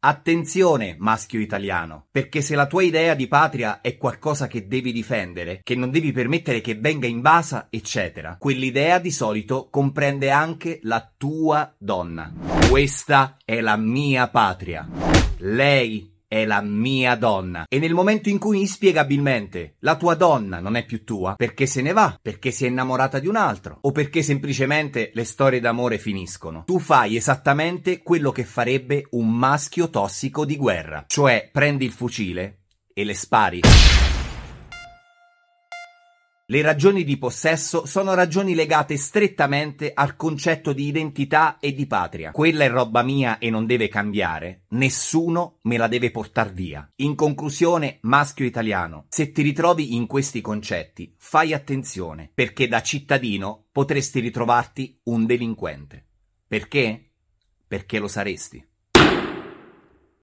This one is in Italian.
Attenzione, maschio italiano, perché se la tua idea di patria è qualcosa che devi difendere, che non devi permettere che venga invasa, eccetera, quell'idea di solito comprende anche la tua donna. Questa è la mia patria. Lei è la mia donna. E nel momento in cui inspiegabilmente la tua donna non è più tua, perché se ne va, perché si è innamorata di un altro, o perché semplicemente le storie d'amore finiscono, tu fai esattamente quello che farebbe un maschio tossico di guerra, cioè prendi il fucile e le spari. Le ragioni di possesso sono ragioni legate strettamente al concetto di identità e di patria. Quella è roba mia e non deve cambiare. Nessuno me la deve portar via. In conclusione, maschio italiano, se ti ritrovi in questi concetti, fai attenzione, perché da cittadino potresti ritrovarti un delinquente. Perché? Perché lo saresti.